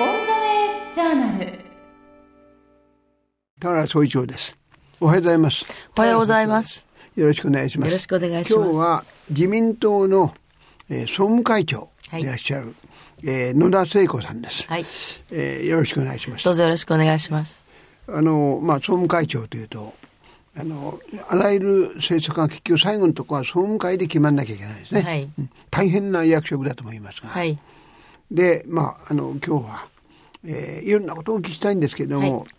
オンザウェイジャーナル。 田原総一郎です。おはようございます。 おはようございます。 よろしくお願いします。 よろしくお願いします。 今日は自民党の、総務会長でいらっしゃる、野田聖子さんです。 はい。 よろしくお願いします。 どうぞよろしくお願いします。 総務会長というとあらゆる政策が結局最後のところは総務会で決まんなきゃいけないですね。 はい。 大変な役職だと思いますが。はい。で、今日は、いろんなことをお聞きしたいんですけれども、はい、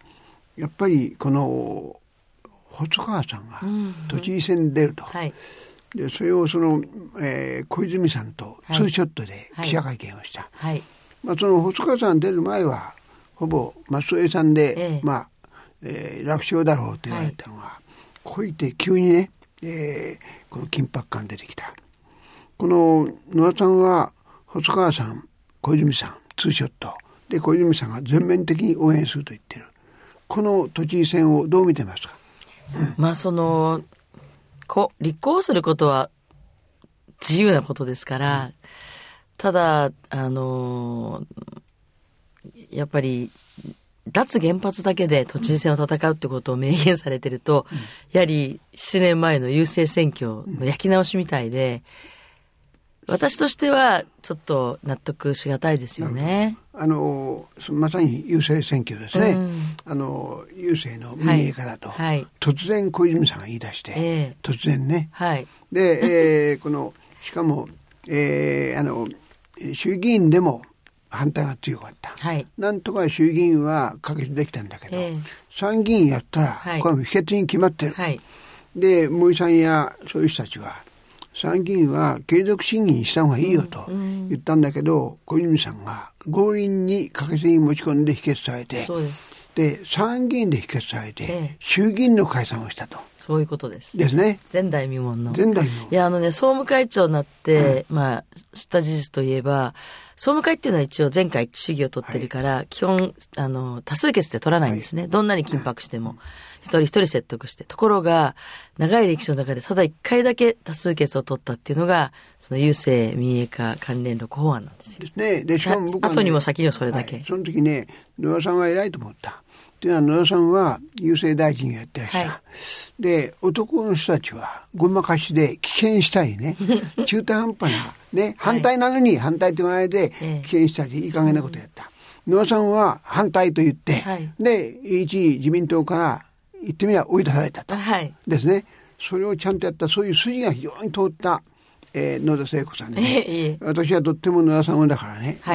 やっぱりこの細川さんが都知事選に出ると、はい、でそれを小泉さんとツーショットで記者会見をした。はいはい、その細川さん出る前はほぼ松江さんで、楽勝だろうと言われたのが、はい、こう言って急にね、この緊迫感出てきた。この野田さんは細川さん、小泉さんツーショットで小泉さんが全面的に応援すると言ってる。この都知事選をどう見てますか？ 立候補することは自由なことですから、ただやっぱり脱原発だけで都知事選を戦うってことを明言されてると、やはり7年前の郵政選挙の焼き直しみたいで、私としてはちょっと納得しがたいですよね。 まさに郵政選挙ですね。郵政の民営化だと、はい、突然小泉さんが言い出して、突然ね、はい、で、しかも、衆議院でも反対が強かった、はい、なんとか衆議院は可決できたんだけど、参議院やったら、これは否決に決まってる、はい、で森さんやそういう人たちは参議院は継続審議にした方がいいよと言ったんだけど、小泉さんが強引に可決に持ち込んで否決されて、そうです。で参議院で否決されて、衆議院の解散をしたと。 そういうことですね。 前代未聞の。 前代未聞。 いや総務会長になって、知った事実といえば、総務会っていうのは一応前回主義を取ってるから、はい、基本多数決で取らないんですね。はい、どんなに緊迫しても。一人一人説得して。ところが、長い歴史の中でただ一回だけ多数決を取ったっていうのが、その郵政民営化関連6法案なんですよ。 ですね。で、しかも僕は、 後にも先にもそれだけ。 はい、その時ね、野田さんは偉いと思った。っていうのは野田さんは郵政大臣をやってらした。はい、で、男の人たちはごまかしで棄権したりね、中途半端な、ね、反対なのに反対手前で棄権したり、いい加減なことやった。野田さんは反対と言って、はい、で、一時自民党から言ってみれば追い出されたと、はい、ですね。それをちゃんとやった、そういう筋が非常に通った、野田聖子さんで、私はとっても野田さんをだからね、はい、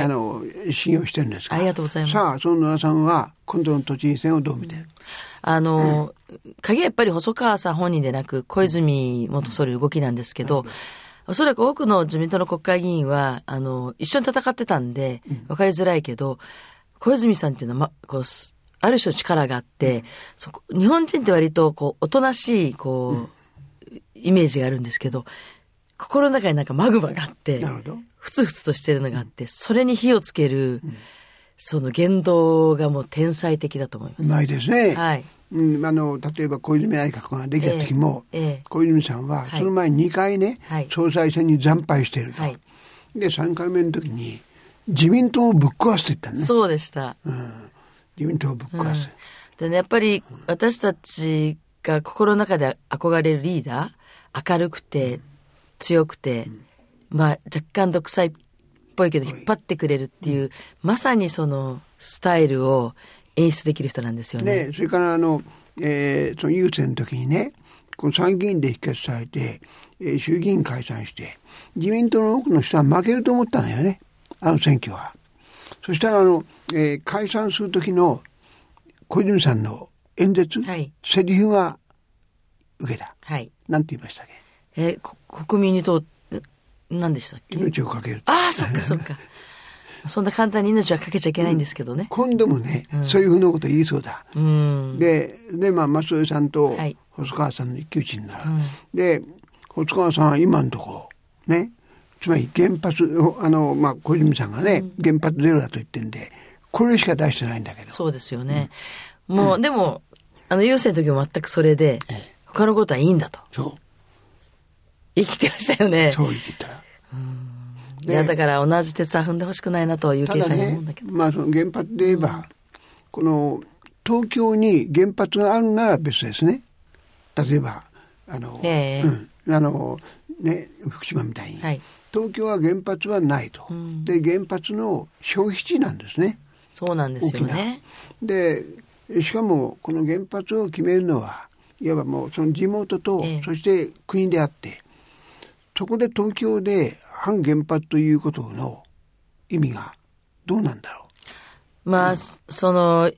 信用してるんですが、 ありがとうございます。 さあその野田さんは今度の都知事選をどう見てる？ 鍵はやっぱり細川さん本人でなく小泉元総理の動きなんですけど、おそらく多くの自民党の国会議員は一緒に戦ってたんで分かりづらいけど、小泉さんっていうのはある種力があって、日本人って割とおとなしいイメージがあるんですけど、心の中になんかマグマがあって、ふつふつとしてるのがあって、それに火をつける、その言動がもう天才的だと思います。 ないですね。 はい。 例えば小泉内閣ができた時も、小泉さんはその前に2回ね、総裁選に惨敗していると。で、3回目の時に自民党をぶっ壊すと言ったね。 そうでした。 自民党をぶっ壊す。 でね、やっぱり私たちが心の中で憧れるリーダー、明るくて、強くて、若干独裁っぽいけど引っ張ってくれるっていう、まさにそのスタイルを演出できる人なんですよね。 それからその郵政の時にね、この参議院で否決されて、衆議院解散して自民党の多くの人は負けると思ったんだよね、選挙は。そしたら解散する時の小泉さんの演説、セリフが受けた。なんて言いましたっけ？ 国民に何でしたっけ？ 命をかける。 ああ、そっかそっか。そんな簡単に命はかけちゃいけないんですけどね。 今度もね、そういうふうなこと言いそうだ。で、松江さんと細川さんの一騎打ちになる。で、細川さんは今のところね、つまり原発小泉さんがね、原発ゼロだと言ってんで、これしか出してないんだけど。 そうですよね。もうでも郵政の時も全くそれで、他のことはいいんだと。 そう。 生きてましたよね。 そう生きた。 いや、だから同じ鉄は踏んでほしくないなと有権者に思うんだけど。 ただね、まあその原発で言えば、この東京に原発があるなら別ですね。例えば福島みたいに、はい、東京は原発はないと、で原発の消費地なんですね。 そうなんですよね。 でしかもこの原発を決めるのはいわばもうその地元と、そして国であって、そこで東京で反原発ということの意味がどうなんだろう。 まあ、その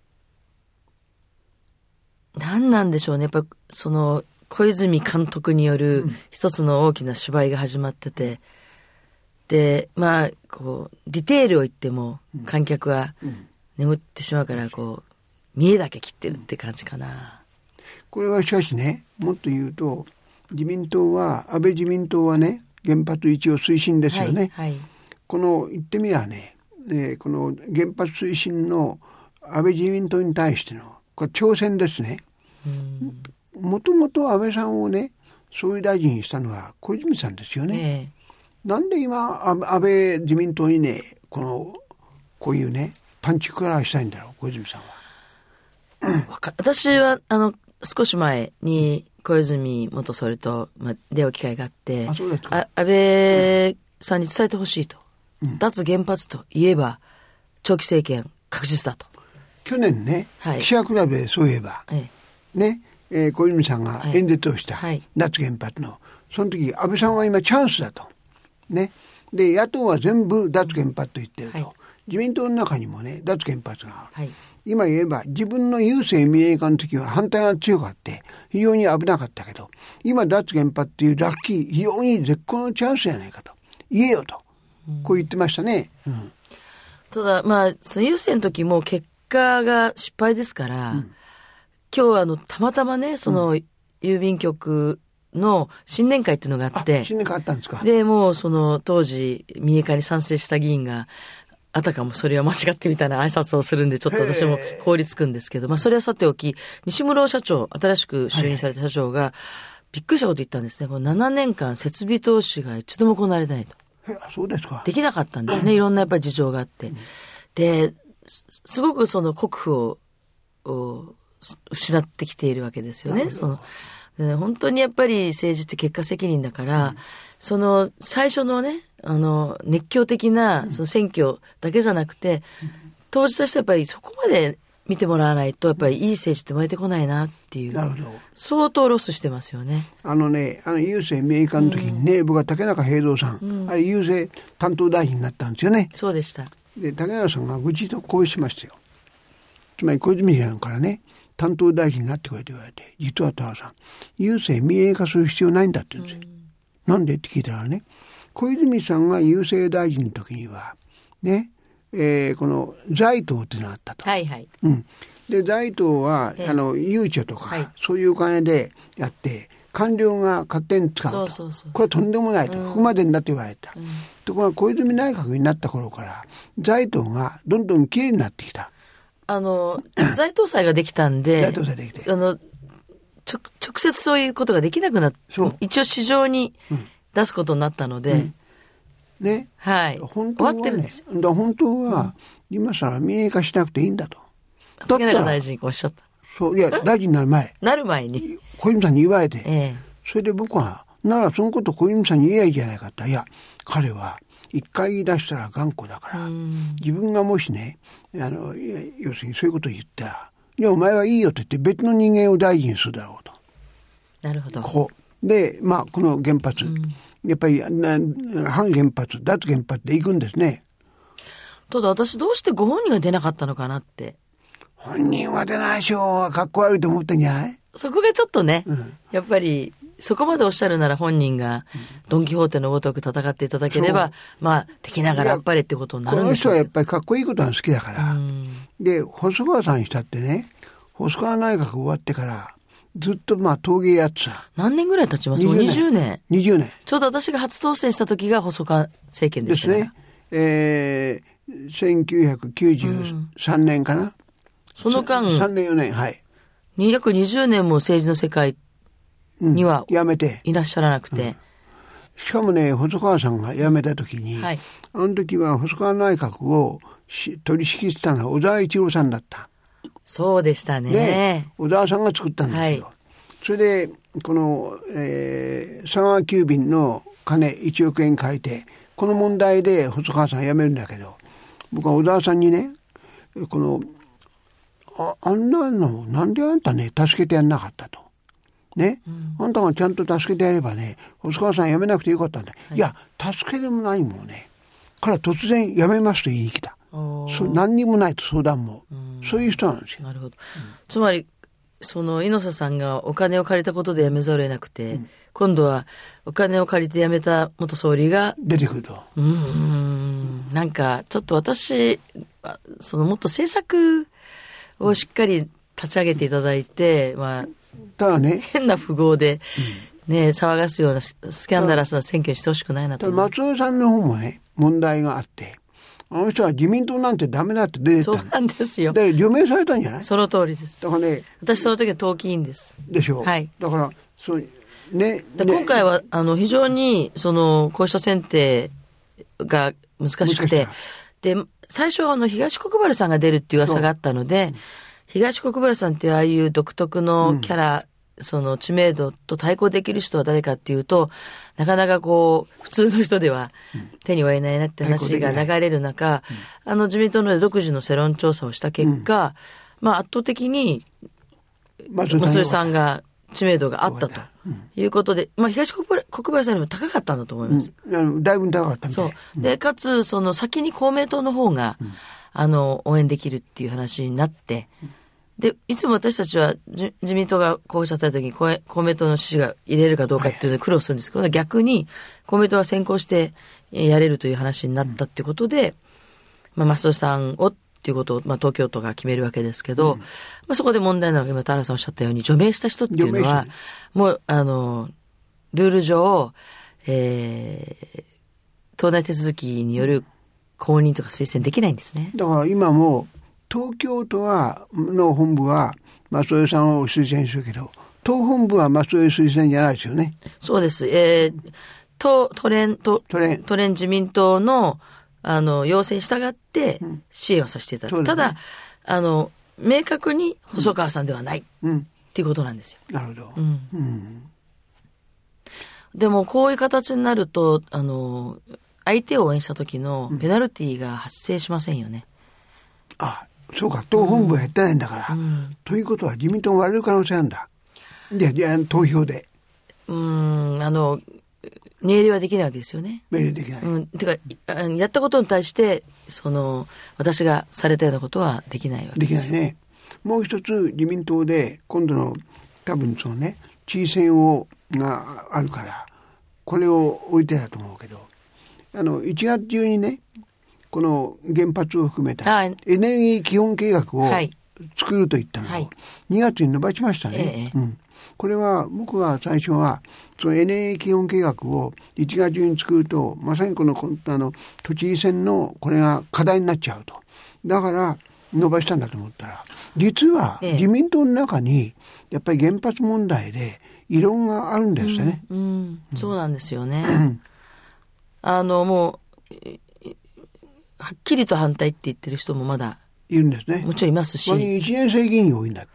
何なんでしょうね。やっぱその小泉監督による一つの大きな芝居が始まってて、でまあこうディテールを言っても観客は眠ってしまうから、こう見えだけ切ってるって感じかな。 これはしかしね、もっと言うと安倍自民党はね、原発一応推進ですよね、はいはい、この言ってみればね、この原発推進の安倍自民党に対してのこれ挑戦ですね。もともと安倍さんをね総理大臣にしたのは小泉さんですよね、なんで今安倍自民党にねこういうねパンチクラーしたいんだろう、小泉さんは。 私は少し前に小泉元総理と、出会う機会があって、安倍さんに伝えてほしいと、脱原発といえば長期政権確実だと。 去年ね、はい、記者クラブでそういえば、ね、小泉さんが演説をした、脱原発のその時安倍さんは今チャンスだと、ね、で野党は全部脱原発と言ってると、自民党の中にもね脱原発がある、今言えば自分の郵政民営化の時は反対が強かって非常に危なかったけど、今脱原発っていうラッキー非常に絶好のチャンスじゃないかと言えよと、こう言ってましたね、 ただまあその郵政の時も結果が失敗ですから、今日たまたまねその郵便局の新年会っていうのがあって、 新年会あったんですか。 でもうその当時民営化に賛成した議員があたかもそれは間違ってみたいな挨拶をするんで、ちょっと私も凍りつくんですけど、それはさておき、西室社長、新しく就任された社長がびっくりしたこと言ったんですね。この7年間設備投資が一度も行われてないと。 そうですか。 できなかったんですね。いろんなやっぱり事情があって、で、すごくその国富を失ってきているわけですよね。本当にやっぱり政治って結果責任だから、その最初のね熱狂的なその選挙だけじゃなくて、当時としてやっぱりそこまで見てもらわないとやっぱりいい政治って生まれてこないなっていう、相当ロスしてますよね。 郵政民営化の時にね、僕は竹中平蔵さん、あれ郵政担当大臣になったんですよね。 そうでした。 で竹中さんが愚痴とこうしましたよ。つまり小泉さんからね担当大臣になってくれと言われて、実は田原さん郵政民営化する必要ないんだって言うんですよ。なんでって聞いたらね、小泉さんが郵政大臣の時にはね、この財党っていうのがあったと、で財党は誘致とか、そういうお金でやって官僚が勝手に使うと、これはとんでもないと、ここまでになって言われた、ところが小泉内閣になった頃から財党がどんどんきれいになってきた。 財党祭ができたんで、 財党祭できて直接そういうことができなくなって、一応市場に出すことになったので、 ね、 終わってるんですよ。 本当は今さら民営化しなくていいんだと。 竹中大臣がおっしゃった。 そう、いや大臣になる前なる前に小泉さんに言われて、それで僕はならそのこと小泉さんに言えばいいじゃないかって。いや彼は一回言い出したら頑固だから、自分がもしね要するにそういうことを言ったら、いやお前はいいよと言って別の人間を大臣にするだろうと。 なるほど。 でこの原発、やっぱり反原発脱原発で行くんですね。 ただ私どうしてご本人が出なかったのかなって。 本人は出ないでしょう。かっこ悪いと思ってんじゃない。 そこがちょっとね、やっぱりそこまでおっしゃるなら本人がドンキホーテのごとく戦っていただければ、敵ながらあっぱれってことになるんでしょう。 この人はやっぱりかっこいいことが好きだから、で細川さんにしたってね、細川内閣終わってからずっと陶芸やってた。 何年ぐらい経ちます？もう20年。 20年。 ちょうど私が初当選した時が細川政権でしたね。 ですね。1993年かな。 その間 3年4年約20年も政治の世界にはやめていらっしゃらなくて、 しかもね、細川さんが辞めた時に、はい、あの時は細川内閣を取り仕切ったのは小沢一郎さんだった。 そうでしたね。 小沢さんが作ったんですよ。はい、それでこの、佐川急便の金1億円借りて、この問題で細川さん辞めるんだけど、僕は小沢さんにね、このあんなのなんであんたね助けてやんなかったとね、あんたがちゃんと助けてやればね、細川さん辞めなくてよかったんだ、はい、いや助けでもないもんねから突然辞めますと言いに来た。何にもないと相談も、そういう人なんですよ。 なるほど。つまりその猪瀬さんがお金を借りたことで辞めざるを得なくて、今度はお金を借りて辞めた元総理が出てくると。 なんかちょっと私そのもっと政策をしっかり立ち上げていただいて、まあただね、 変な富豪で、ね、騒がすようなスキャンダラスな選挙にしてほしくないなと。 松尾さんの方もね問題があって、あの人は自民党なんてダメだって出てた。 そうなんですよ。 で除名されたんじゃない？ その通りです。 だからね、 私その時は党議員です。 でしょう。 はい。 だからそうね。 今回は非常にそのこうした選定が難しくて、で最初東国原さんが出るっていう噂があったので、東国原さんっていうああいう独特のキャラ、その知名度と対抗できる人は誰かっていうと、なかなかこう普通の人では手に負えないなって話が流れる中、自民党の独自の世論調査をした結果、まあ圧倒的に松井さんが知名度があったということで、まあ東国原さんよりも高かったんだと思います。 だいぶ高かったみたい。 そう。で、かつその先に公明党の方が、応援できるっていう話になって、で、いつも私たちは自民党が候補者だった時に公明党の支持が入れるかどうかっていうので苦労するんですけど、逆に公明党は先行してやれるという話になったっていうことで、まあ、増田さんをっていうことを、まあ、東京都が決めるわけですけど、まあ、そこで問題なのが今田原さんおっしゃったように除名した人っていうのは、もうルール上、党内手続きによる公認とか推薦できないんですね。 だから今も東京都の本部は松尾さんを推薦するけど、党本部は松尾推薦じゃないですよね。 そうです。都連自民党の要請に従って支援をさせていただく。ただ明確に細川さんではないっていうことなんですよ。 なるほど。 でもこういう形になると相手を応援した時のペナルティーが発生しませんよね。 あ、そうか。党本部はやってないんだから。ということは自民党が割れる可能性なんだ。で、投票で。 命令はできないわけですよね。 命令できない。 てか、やったことに対して、私がされたようなことはできないわけですよ。 できないね。もう一つ自民党で、今度の、多分知事選があるから、これを置いてたと思うけど、1月中にね、この原発を含めたエネルギー基本計画を作るといったのを2月に延ばしましたね。これは僕は最初はそのエネルギー基本計画を1月中に作るとまさにこの都知事選のこれが課題になっちゃうと。だから伸ばしたんだと思ったら、実は自民党の中にやっぱり原発問題で異論があるんですよね。 そうなんですよね。もうはっきりと反対って言ってる人もまだいるんですね。 もちろんいますし。 1年生議員多いんだって。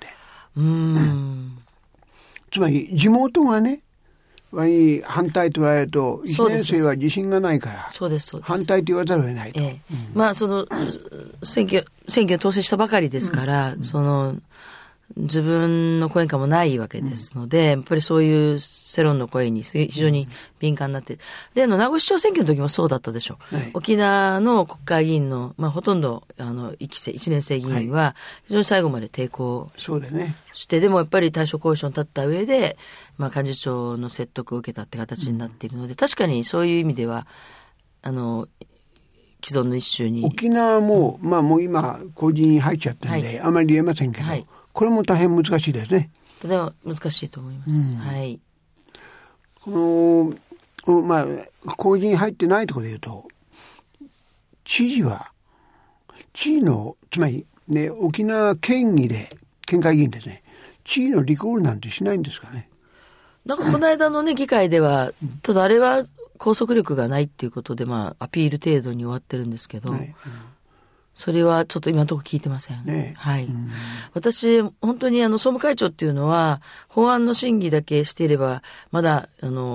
つまり地元がね、反対と言われると1年生は自信がないから反対と言わざるを得ないと。 まあ選挙に当選したばかりですから、自分の声かもないわけですので、やっぱりそういう世論の声に非常に敏感になって、例の名護市長選挙の時もそうだったでしょう。沖縄の国会議員の、まあ、ほとんど1年生議員は非常に最後まで抵抗して、でもやっぱり対処交渉に立った上で、まあ、幹事長の説得を受けたって形になっているので、確かにそういう意味では既存の一種に沖縄も、まあもう今公示に入っちゃったんで、あまり言えませんけど、これも大変難しいですね。 とても難しいと思います。 このまあ公示に入ってないところで言うと、知事のつまりね、沖縄県議で県会議員ですね、知事のリコールなんてしないんですかね。 なんかこの間のね議会では、ただあれは拘束力がないっていうことで、アピール程度に終わってるんですけど、それはちょっと今のところ聞いてません。はい。私、本当に総務会長っていうのは、法案の審議だけしていれば、まだ、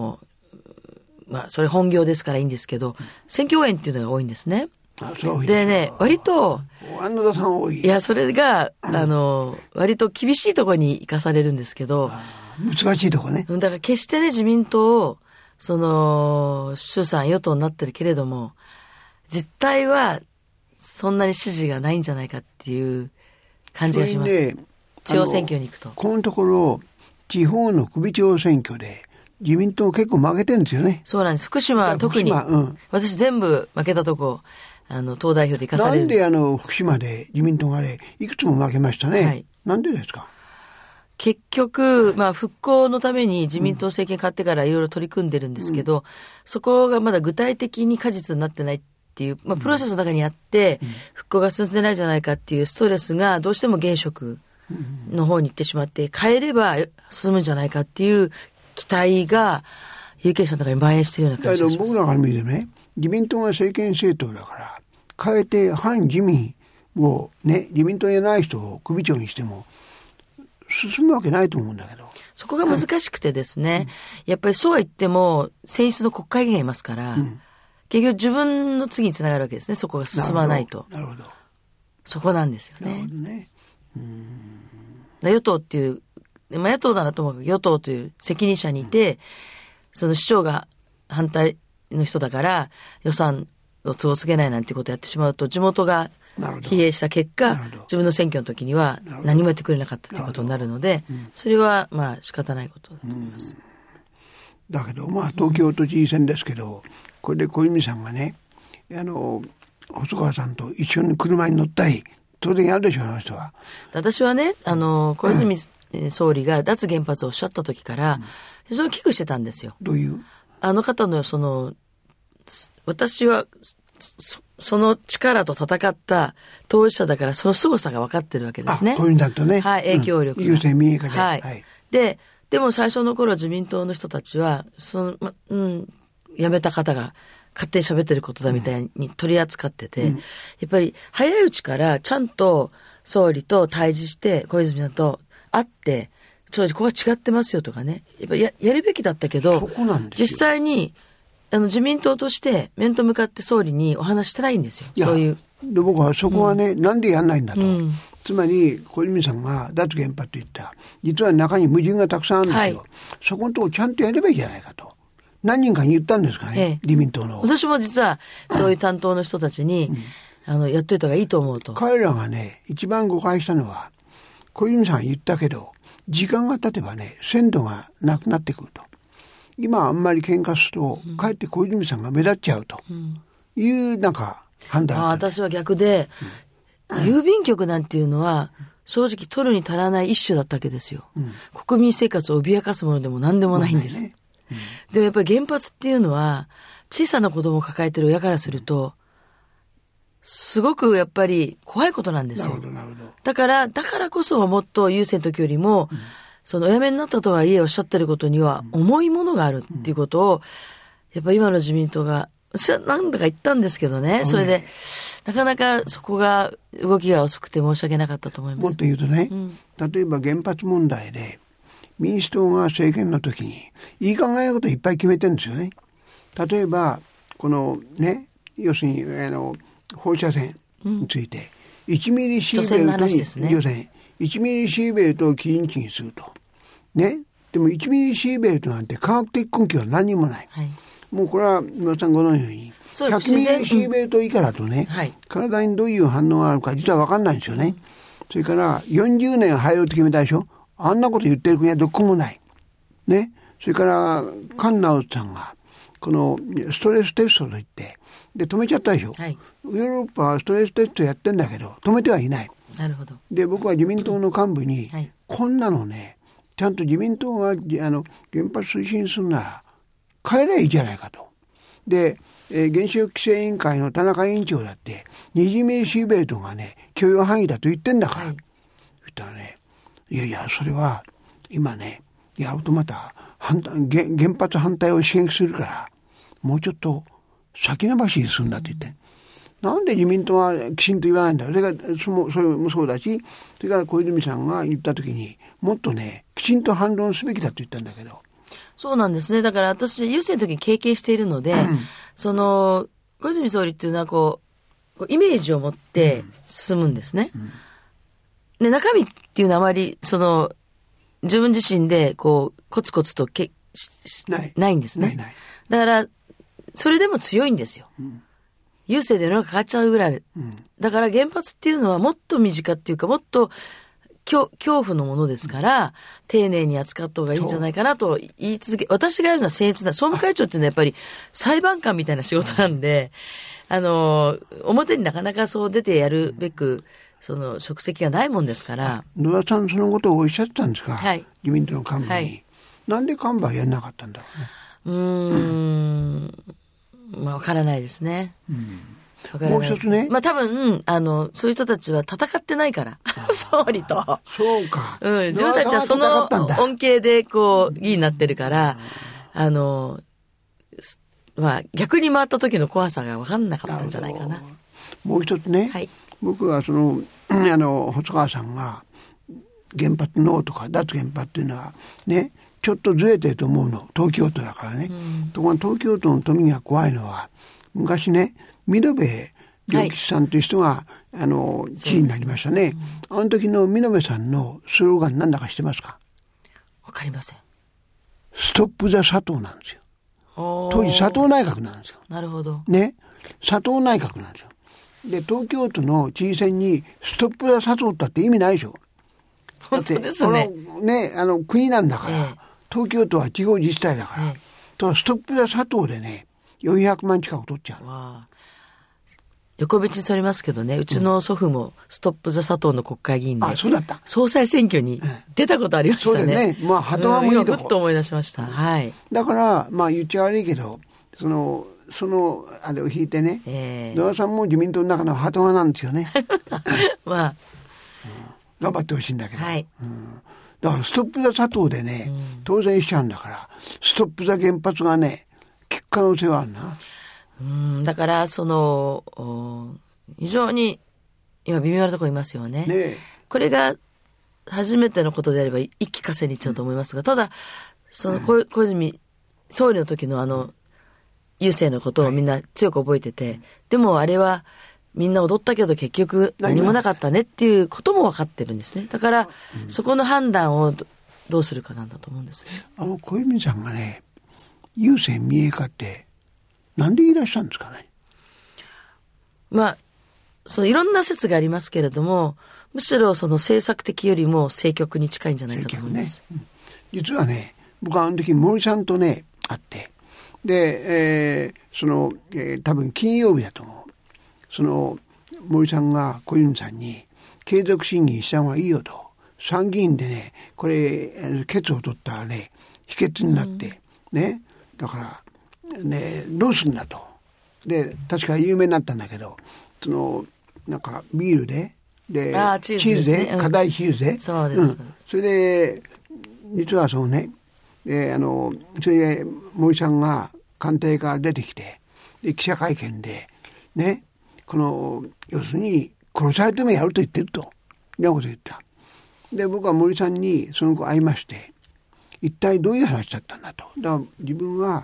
それ本業ですからいいんですけど、選挙応援っていうのが多いんですね。でね、割と、 安野田さん多い。 いや、それが、割と厳しいところに行かされるんですけど、 難しいとこね。 だから決してね、自民党を、衆参与党になってるけれども、実態は、そんなに支持がないんじゃないかっていう感じがします。ね、地方選挙に行くと。 このところ、地方の首長選挙で、自民党結構負けてるんですよね。 そうなんです。福島は特に、私全部負けたとこ、党代表で行かされるんです。 なんで福島で自民党がいくつも負けましたね。はい、なんでですか。 結局、復興のために自民党政権変わってからいろいろ取り組んでるんですけど、そこがまだ具体的に果実になってないっていう、プロセスの中にあって、復興が進んでないじゃないかっていうストレスがどうしても現職の方に行ってしまって、変えれば進むんじゃないかっていう期待が有権者の中に蔓延しているような感じがします。 僕らから見てね、自民党が政権政党だから、変えて反自民をね、自民党にない人を首長にしても進むわけないと思うんだけど。 そこが難しくてですね、やっぱりそうは言っても選出の国会議員がいますから、結局自分の次につながるわけですね。そこが進まないと。 なるほど。 そこなんですよね。 なるほどね。 与党っていう、野党だなと思うけど、与党という責任者にいて、その市長が反対の人だから予算を都合つけないなんてことをやってしまうと、地元が疲弊した結果、自分の選挙の時には何もやってくれなかったということになるので、それは仕方ないことだと思います。 だけど東京都知事選ですけど、これで小泉さんがね、細川さんと一緒に車に乗ったり当然やるでしょう、あの人は。 私はね、小泉総理が脱原発をおっしゃった時から非常に危惧してたんですよ。 どういう？ あの方の私はその力と戦った当事者だから、その凄さが分かってるわけですね。 こういうのだとね。 はい、影響力が。 優先民営化で。 はい。でも最初の頃自民党の人たちは、辞めた方が勝手に喋ってることだみたいに取り扱ってて、やっぱり早いうちからちゃんと総理と対峙して、小泉さんと会って、ここは違ってますよとかね、やっぱやるべきだったけど、実際に自民党として面と向かって総理にお話してないんですよ。そういう。 で僕はそこはね、なんでやんないんだと。つまり小泉さんが脱原発と言った、実は中に矛盾がたくさんあるんですよ。そこのとこちゃんとやればいいじゃないかと。何人かに言ったんですかね、自民党の。 私も実はそういう担当の人たちに、やっといた方がいいと思うと。 彼らがね、一番誤解したのは、小泉さん言ったけど、時間が経てばね、鮮度がなくなってくると。今あんまり喧嘩すると、かえって小泉さんが目立っちゃうという判断。 私は逆で、郵便局なんていうのは正直取るに足らない一種だったわけですよ。国民生活を脅かすものでも何でもないんです。でもやっぱり原発っていうのは小さな子供を抱えてる親からするとすごくやっぱり怖いことなんですよ。だからこそもっと優先の時よりも、お辞めになったとはいえおっしゃってることには重いものがあるっていうことを、やっぱり今の自民党が、私は何度か言ったんですけどね、それで、なかなかそこが動きが遅くて申し訳なかったと思います。 もっと言うとね、例えば原発問題で、民主党が政権の時に、いい考えのこといっぱい決めてるんですよね。例えば、このね、要するに、放射線について、1ミリシーベルトに、1ミリシーベルトを基準値にすると。ね。でも1ミリシーベルトなんて科学的根拠は何にもない。もうこれは皆さんご存じのように、100ミリシーベルト以下だとね、体にどういう反応があるか実は分かんないんですよね。それから40年廃炉って決めたでしょ。あんなこと言ってる国はどこもない。ね。それから菅直人さんがこのストレステストといって、で止めちゃったでしょ。ヨーロッパはストレステストやってんだけど止めてはいない。 なるほど。 で僕は自民党の幹部に、こんなのね、ちゃんと自民党が原発推進するなら変えればいいじゃないかと。で、原子力規制委員会の田中委員長だって20ミリシーベルトがね許容範囲だと言ってんだから、言ったらね、いやそれは今ね、やるとまた原発反対を刺激するからもうちょっと先延ばしにするんだって言って。なんで自民党はきちんと言わないんだ。それもそうだし、それから小泉さんが言った時にもっとね、きちんと反論すべきだと言ったんだけど。 そうなんですね。だから私、郵政の時に経験しているので、小泉総理っていうのはこうイメージを持って進むんですね。で、中身っていうのはあまり、自分自身でこう、コツコツとないんですね。だから、それでも強いんですよ。郵政で世の中変わっちゃうぐらい。だから原発っていうのはもっと身近っていうか、もっと恐怖のものですから、丁寧に扱った方がいいんじゃないかなと言い続け、私がやるのは僭越な、総務会長っていうのはやっぱり裁判官みたいな仕事なんで、表になかなかそう出てやるべく、職責がないもんですから。 野田さんそのことをおっしゃってたんですか、はい、自民党の幹部に、はい、なんで幹部はやんなかったんだろうね。 わからないですね。 もう一つね。 多分、そういう人たちは戦ってないから。総理と。 そうか。 自分たちはその恩恵で、議員になってるから、逆に回った時の怖さが分かんなかったんじゃないかな。 もう一つね。はい、僕は細川さんが、原発ノーとか脱原発っていうのは、ね、ちょっとずれてると思うの。東京都だからね。ところが東京都の富が怖いのは、昔ね、見延良吉さんという人が、知事になりましたね。あの時の見延さんのスローガンなんだか知ってますか？ わかりません。 ストップザ佐藤なんですよ。当時佐藤内閣なんですよ。 なるほど。 ね。佐藤内閣なんですよ。で、東京都の知事選にストップザ佐藤だって意味ないでしょ。 本当ですね。 国なんだから、東京都は地方自治体だから、ストップザ佐藤でね、400万近く取っちゃう。 横道にそれますけどね、うちの祖父もストップザ佐藤の国会議員で、 そうだった。 総裁選挙に出たことありましたね。 そうだね。鳩はもいいとこ。 ふっと思い出しました。はい。 だから、言っちゃ悪いけど、あれを引いてね、野田さんも自民党の中の鳩派なんですよね。頑張ってほしいんだけど。はい。だからストップザ佐藤でね、当選しちゃうんだから、ストップザ原発がね、効く可能性はあるな。 だから非常に今微妙なところいますよね。これが初めてのことであれば一気呵成にいっちゃうと思いますが、ただ小泉総理の時の郵政のことをみんな強く覚えてて、でもあれはみんな踊ったけど結局何もなかったねっていうことも分かってるんですね。だから、そこの判断をどうするかなんだと思うんですね。 小泉さんがね、郵政民営化ってなんで言い出したんですかね。 いろんな説がありますけれども、むしろ政策的よりも政局に近いんじゃないかと思います。 実はね、僕はあの時森さんとね会って、で、多分金曜日だと思う。森さんが小泉さんに継続審議した方がいいよと、参議院でねこれ決を取ったらね否決になって、ね、だからねどうするんだと。で確か有名になったんだけど、なんかビールでチーズで、硬いチーズで、 そうです、 それで実はそれで森さんが官邸から出てきて、で記者会見でね、要するに殺されてもやると言ってるということを言った。で僕は森さんにその後会いまして、一体どういう話だったんだと。だから自分は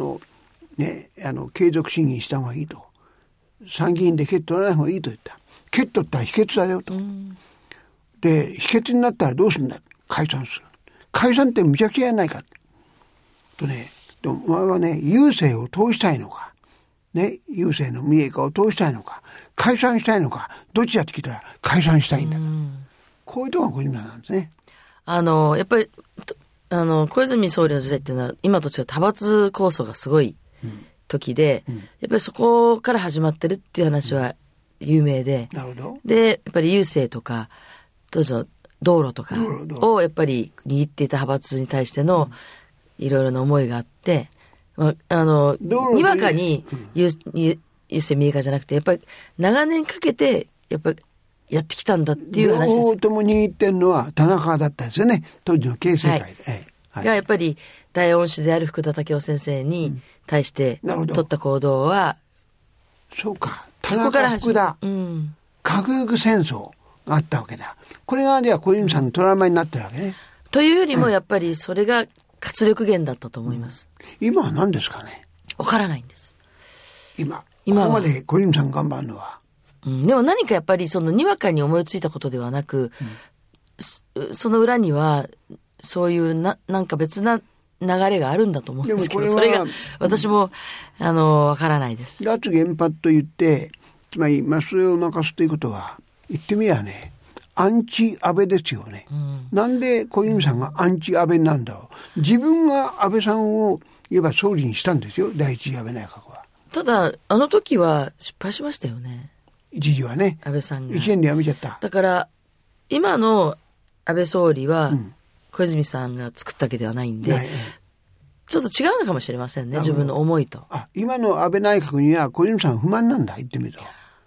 継続審議した方がいいと、参議院で決取らない方がいいと言った。決取ったら否決だよと。で否決になったらどうするんだ、解散する。解散ってむちゃくちゃやないかとね。でもお前はね郵政を通したいのかね、郵政の民営化を通したいのか解散したいのか、どっちだって聞いたら解散したいんだと。こういうところが小泉さんなんですね。 やっぱり小泉総理の時代っていうのは今と違う派閥構想がすごい時で、やっぱりそこから始まってるっていう話は有名で、 なるほど。 でやっぱり郵政とか道路とかをやっぱり握っていた派閥に対してのいろいろな思いがあって、にわかに郵政民営化じゃなくて、やっぱり長年かけてやっぱりやってきたんだっていう話です。 両方とも握ってるのは田中だったんですよね、当時の経政会で。 がやっぱり大恩師である福田赳夫先生に対して取った行動は、 そうか、田中福田、核撃戦争があったわけだ。これがでは小泉さんのトラウマになってるわけね。 というよりもやっぱりそれが活力源だったと思います。 今は何ですかね。 わからないんです。 今ここまで小泉さん頑張るのは、 でも何かやっぱりそのにわかに思いついたことではなく、その裏にはそういうなんか別な流れがあるんだと思うんですけど、それが私もわからないです。 脱原発と言って、つまりそれを任すということは言ってみればね、アンチ安倍ですよね。なんで小泉さんがアンチ安倍なんだろう。自分が安倍さんを言えば総理にしたんですよ、第一次安倍内閣は。 ただあの時は失敗しましたよね。 一時はね、 安倍さんが 1年で辞めちゃった。 だから今の安倍総理は小泉さんが作ったわけではないんで、ちょっと違うのかもしれませんね、自分の思いと。 今の安倍内閣には小泉さん不満なんだ、言ってみると。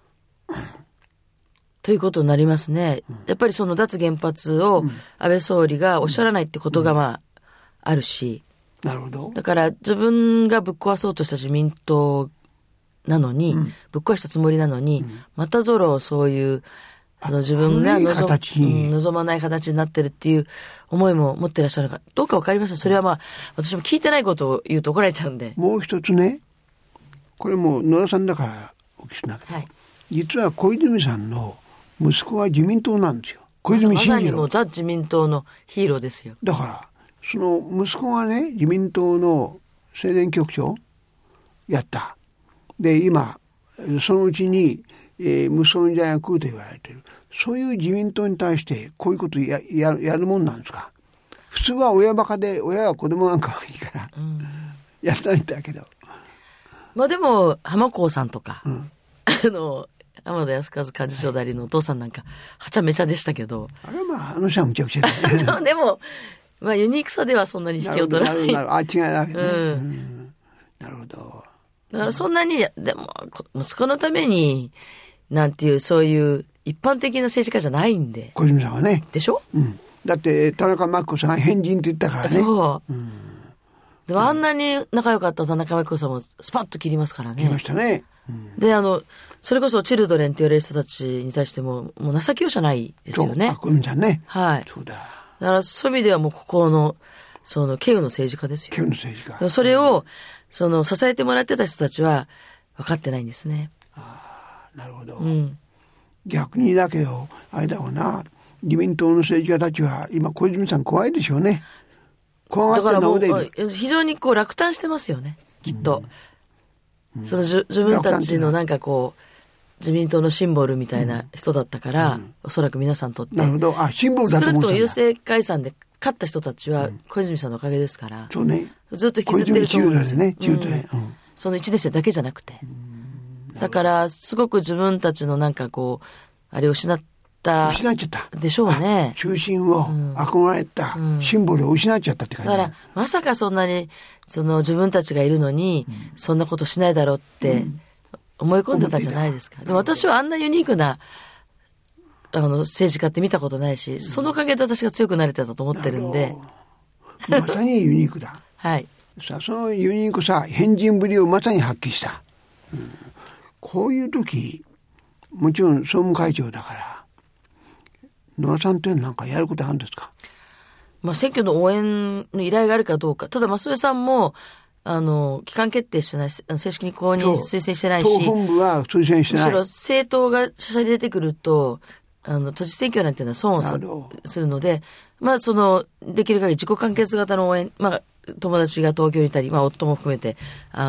ということになりますね。やっぱりその脱原発を安倍総理がおっしゃらないってことがあるし、 なるほど。だから自分がぶっ壊そうとした自民党なのに、ぶっ壊したつもりなのに、またぞろそういうその自分が望まない形になってるっていう思いも持ってらっしゃるのかどうか分かりません。それは私も聞いてないことを言うと怒られちゃうんで。 もう一つね、これも野田さんだからお聞きしなきゃ、実は小泉さんの息子は自民党なんですよ。小泉進次郎。まさにもうザ自民党のヒーローですよ。 だからその息子がね、自民党の青年局長やった。で今そのうちに、息子の時代が来ると言われてる。そういう自民党に対してこういうことやるもんなんですか。普通は親バカで親は子供なんかはいいから、やらないんだけど。 でも浜子さんとか、浜田靖一幹事長代理のお父さんなんかはちゃめちゃでしたけど、 あれはあの人はむちゃくちゃだね。でもユニークさではそんなに引きを取らない。 違いなわけね。なるほど。 だからそんなに、でも息子のためになんていうそういう一般的な政治家じゃないんで。 小泉さんはね。 でしょ？ だって田中真紀子さんが変人って言ったからね。 そう。でもあんなに仲良かった田中真紀子さんもスパッと切りますからね。 切りましたね。 でそれこそチルドレンって言われる人たちに対してもう情け容赦ないですよね。 小泉さんね。 はい。 そうだ。 だからそういう意味ではもうここのその稀有の政治家ですよ。 稀有の政治家。 でもそれを支えてもらってた人たちは分かってないんですね。 なるほど。逆にだけどあれだろうな、自民党の政治家たちは今小泉さん怖いでしょうね。怖がっての腕で非常に落胆してますよね、きっと。その自分たちのなんか自民党のシンボルみたいな人だったから、おそらく皆さんにとって。 なるほど。シンボルだと思うんだ。 少なくとも郵政解散で勝った人たちは小泉さんのおかげですから、 そうね。 ずっと引きずってると思うんですよね。その1年生だけじゃなくて。だからすごく自分たちのなんかあれを失っちゃったでしょうね。 中心を憧れたシンボルを失っちゃったって感じ。 だからまさかそんなに自分たちがいるのにそんなことしないだろうって思い込んでたんじゃないですか。でも私はあんなユニークな政治家って見たことないし、そのおかげで私が強くなれてたと思ってるんで。 まさにユニークだ。 はい。 そのユニークさ、変人ぶりをまさに発揮した。こういう時、もちろん総務会長だから、野田さんって何かやることあるんですか？ 選挙の応援の依頼があるかどうか。ただ増江さんも期間決定してない、正式に公認推薦してないし、 党本部は推薦してない。 むしろ政党がしゃしゃり出てくると都知事選挙なんていうのは損をするので、できる限り自己完結型の応援、友達が東京にいたり、夫も含めて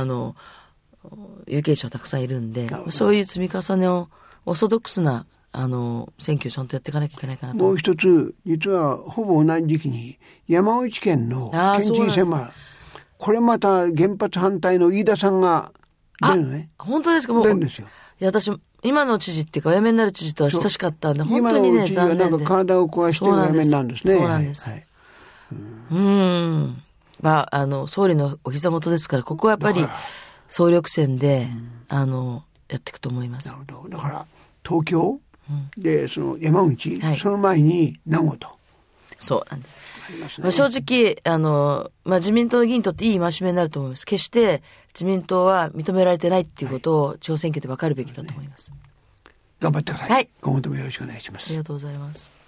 有権者はたくさんいるんで、そういう積み重ねをオーソドックスな選挙をちゃんとやっていかなきゃいけないかなと。 もう一つ、実はほぼ同じ時期に山口県の県知事選も、これまた原発反対の飯田さんが出るのね。 本当ですか？もう出るんですよ。 いや、私今の知事っていうかお辞めになる知事とは親しかったんで、本当にね、残念で。 今の知事はなんか体を壊してお辞めになるんですね。 そうなんです。総理のお膝元ですから、ここはやっぱり総力戦でやっていくと思います。 なるほど。だから東京でその山口、その前に名護と。 そうなんです。正直、自民党の議員にとっていい戒めになると思います。決して自民党は認められてないっていうことを地方選挙で分かるべきだと思います。 頑張ってください。はい。今後ともよろしくお願いします。 ありがとうございます。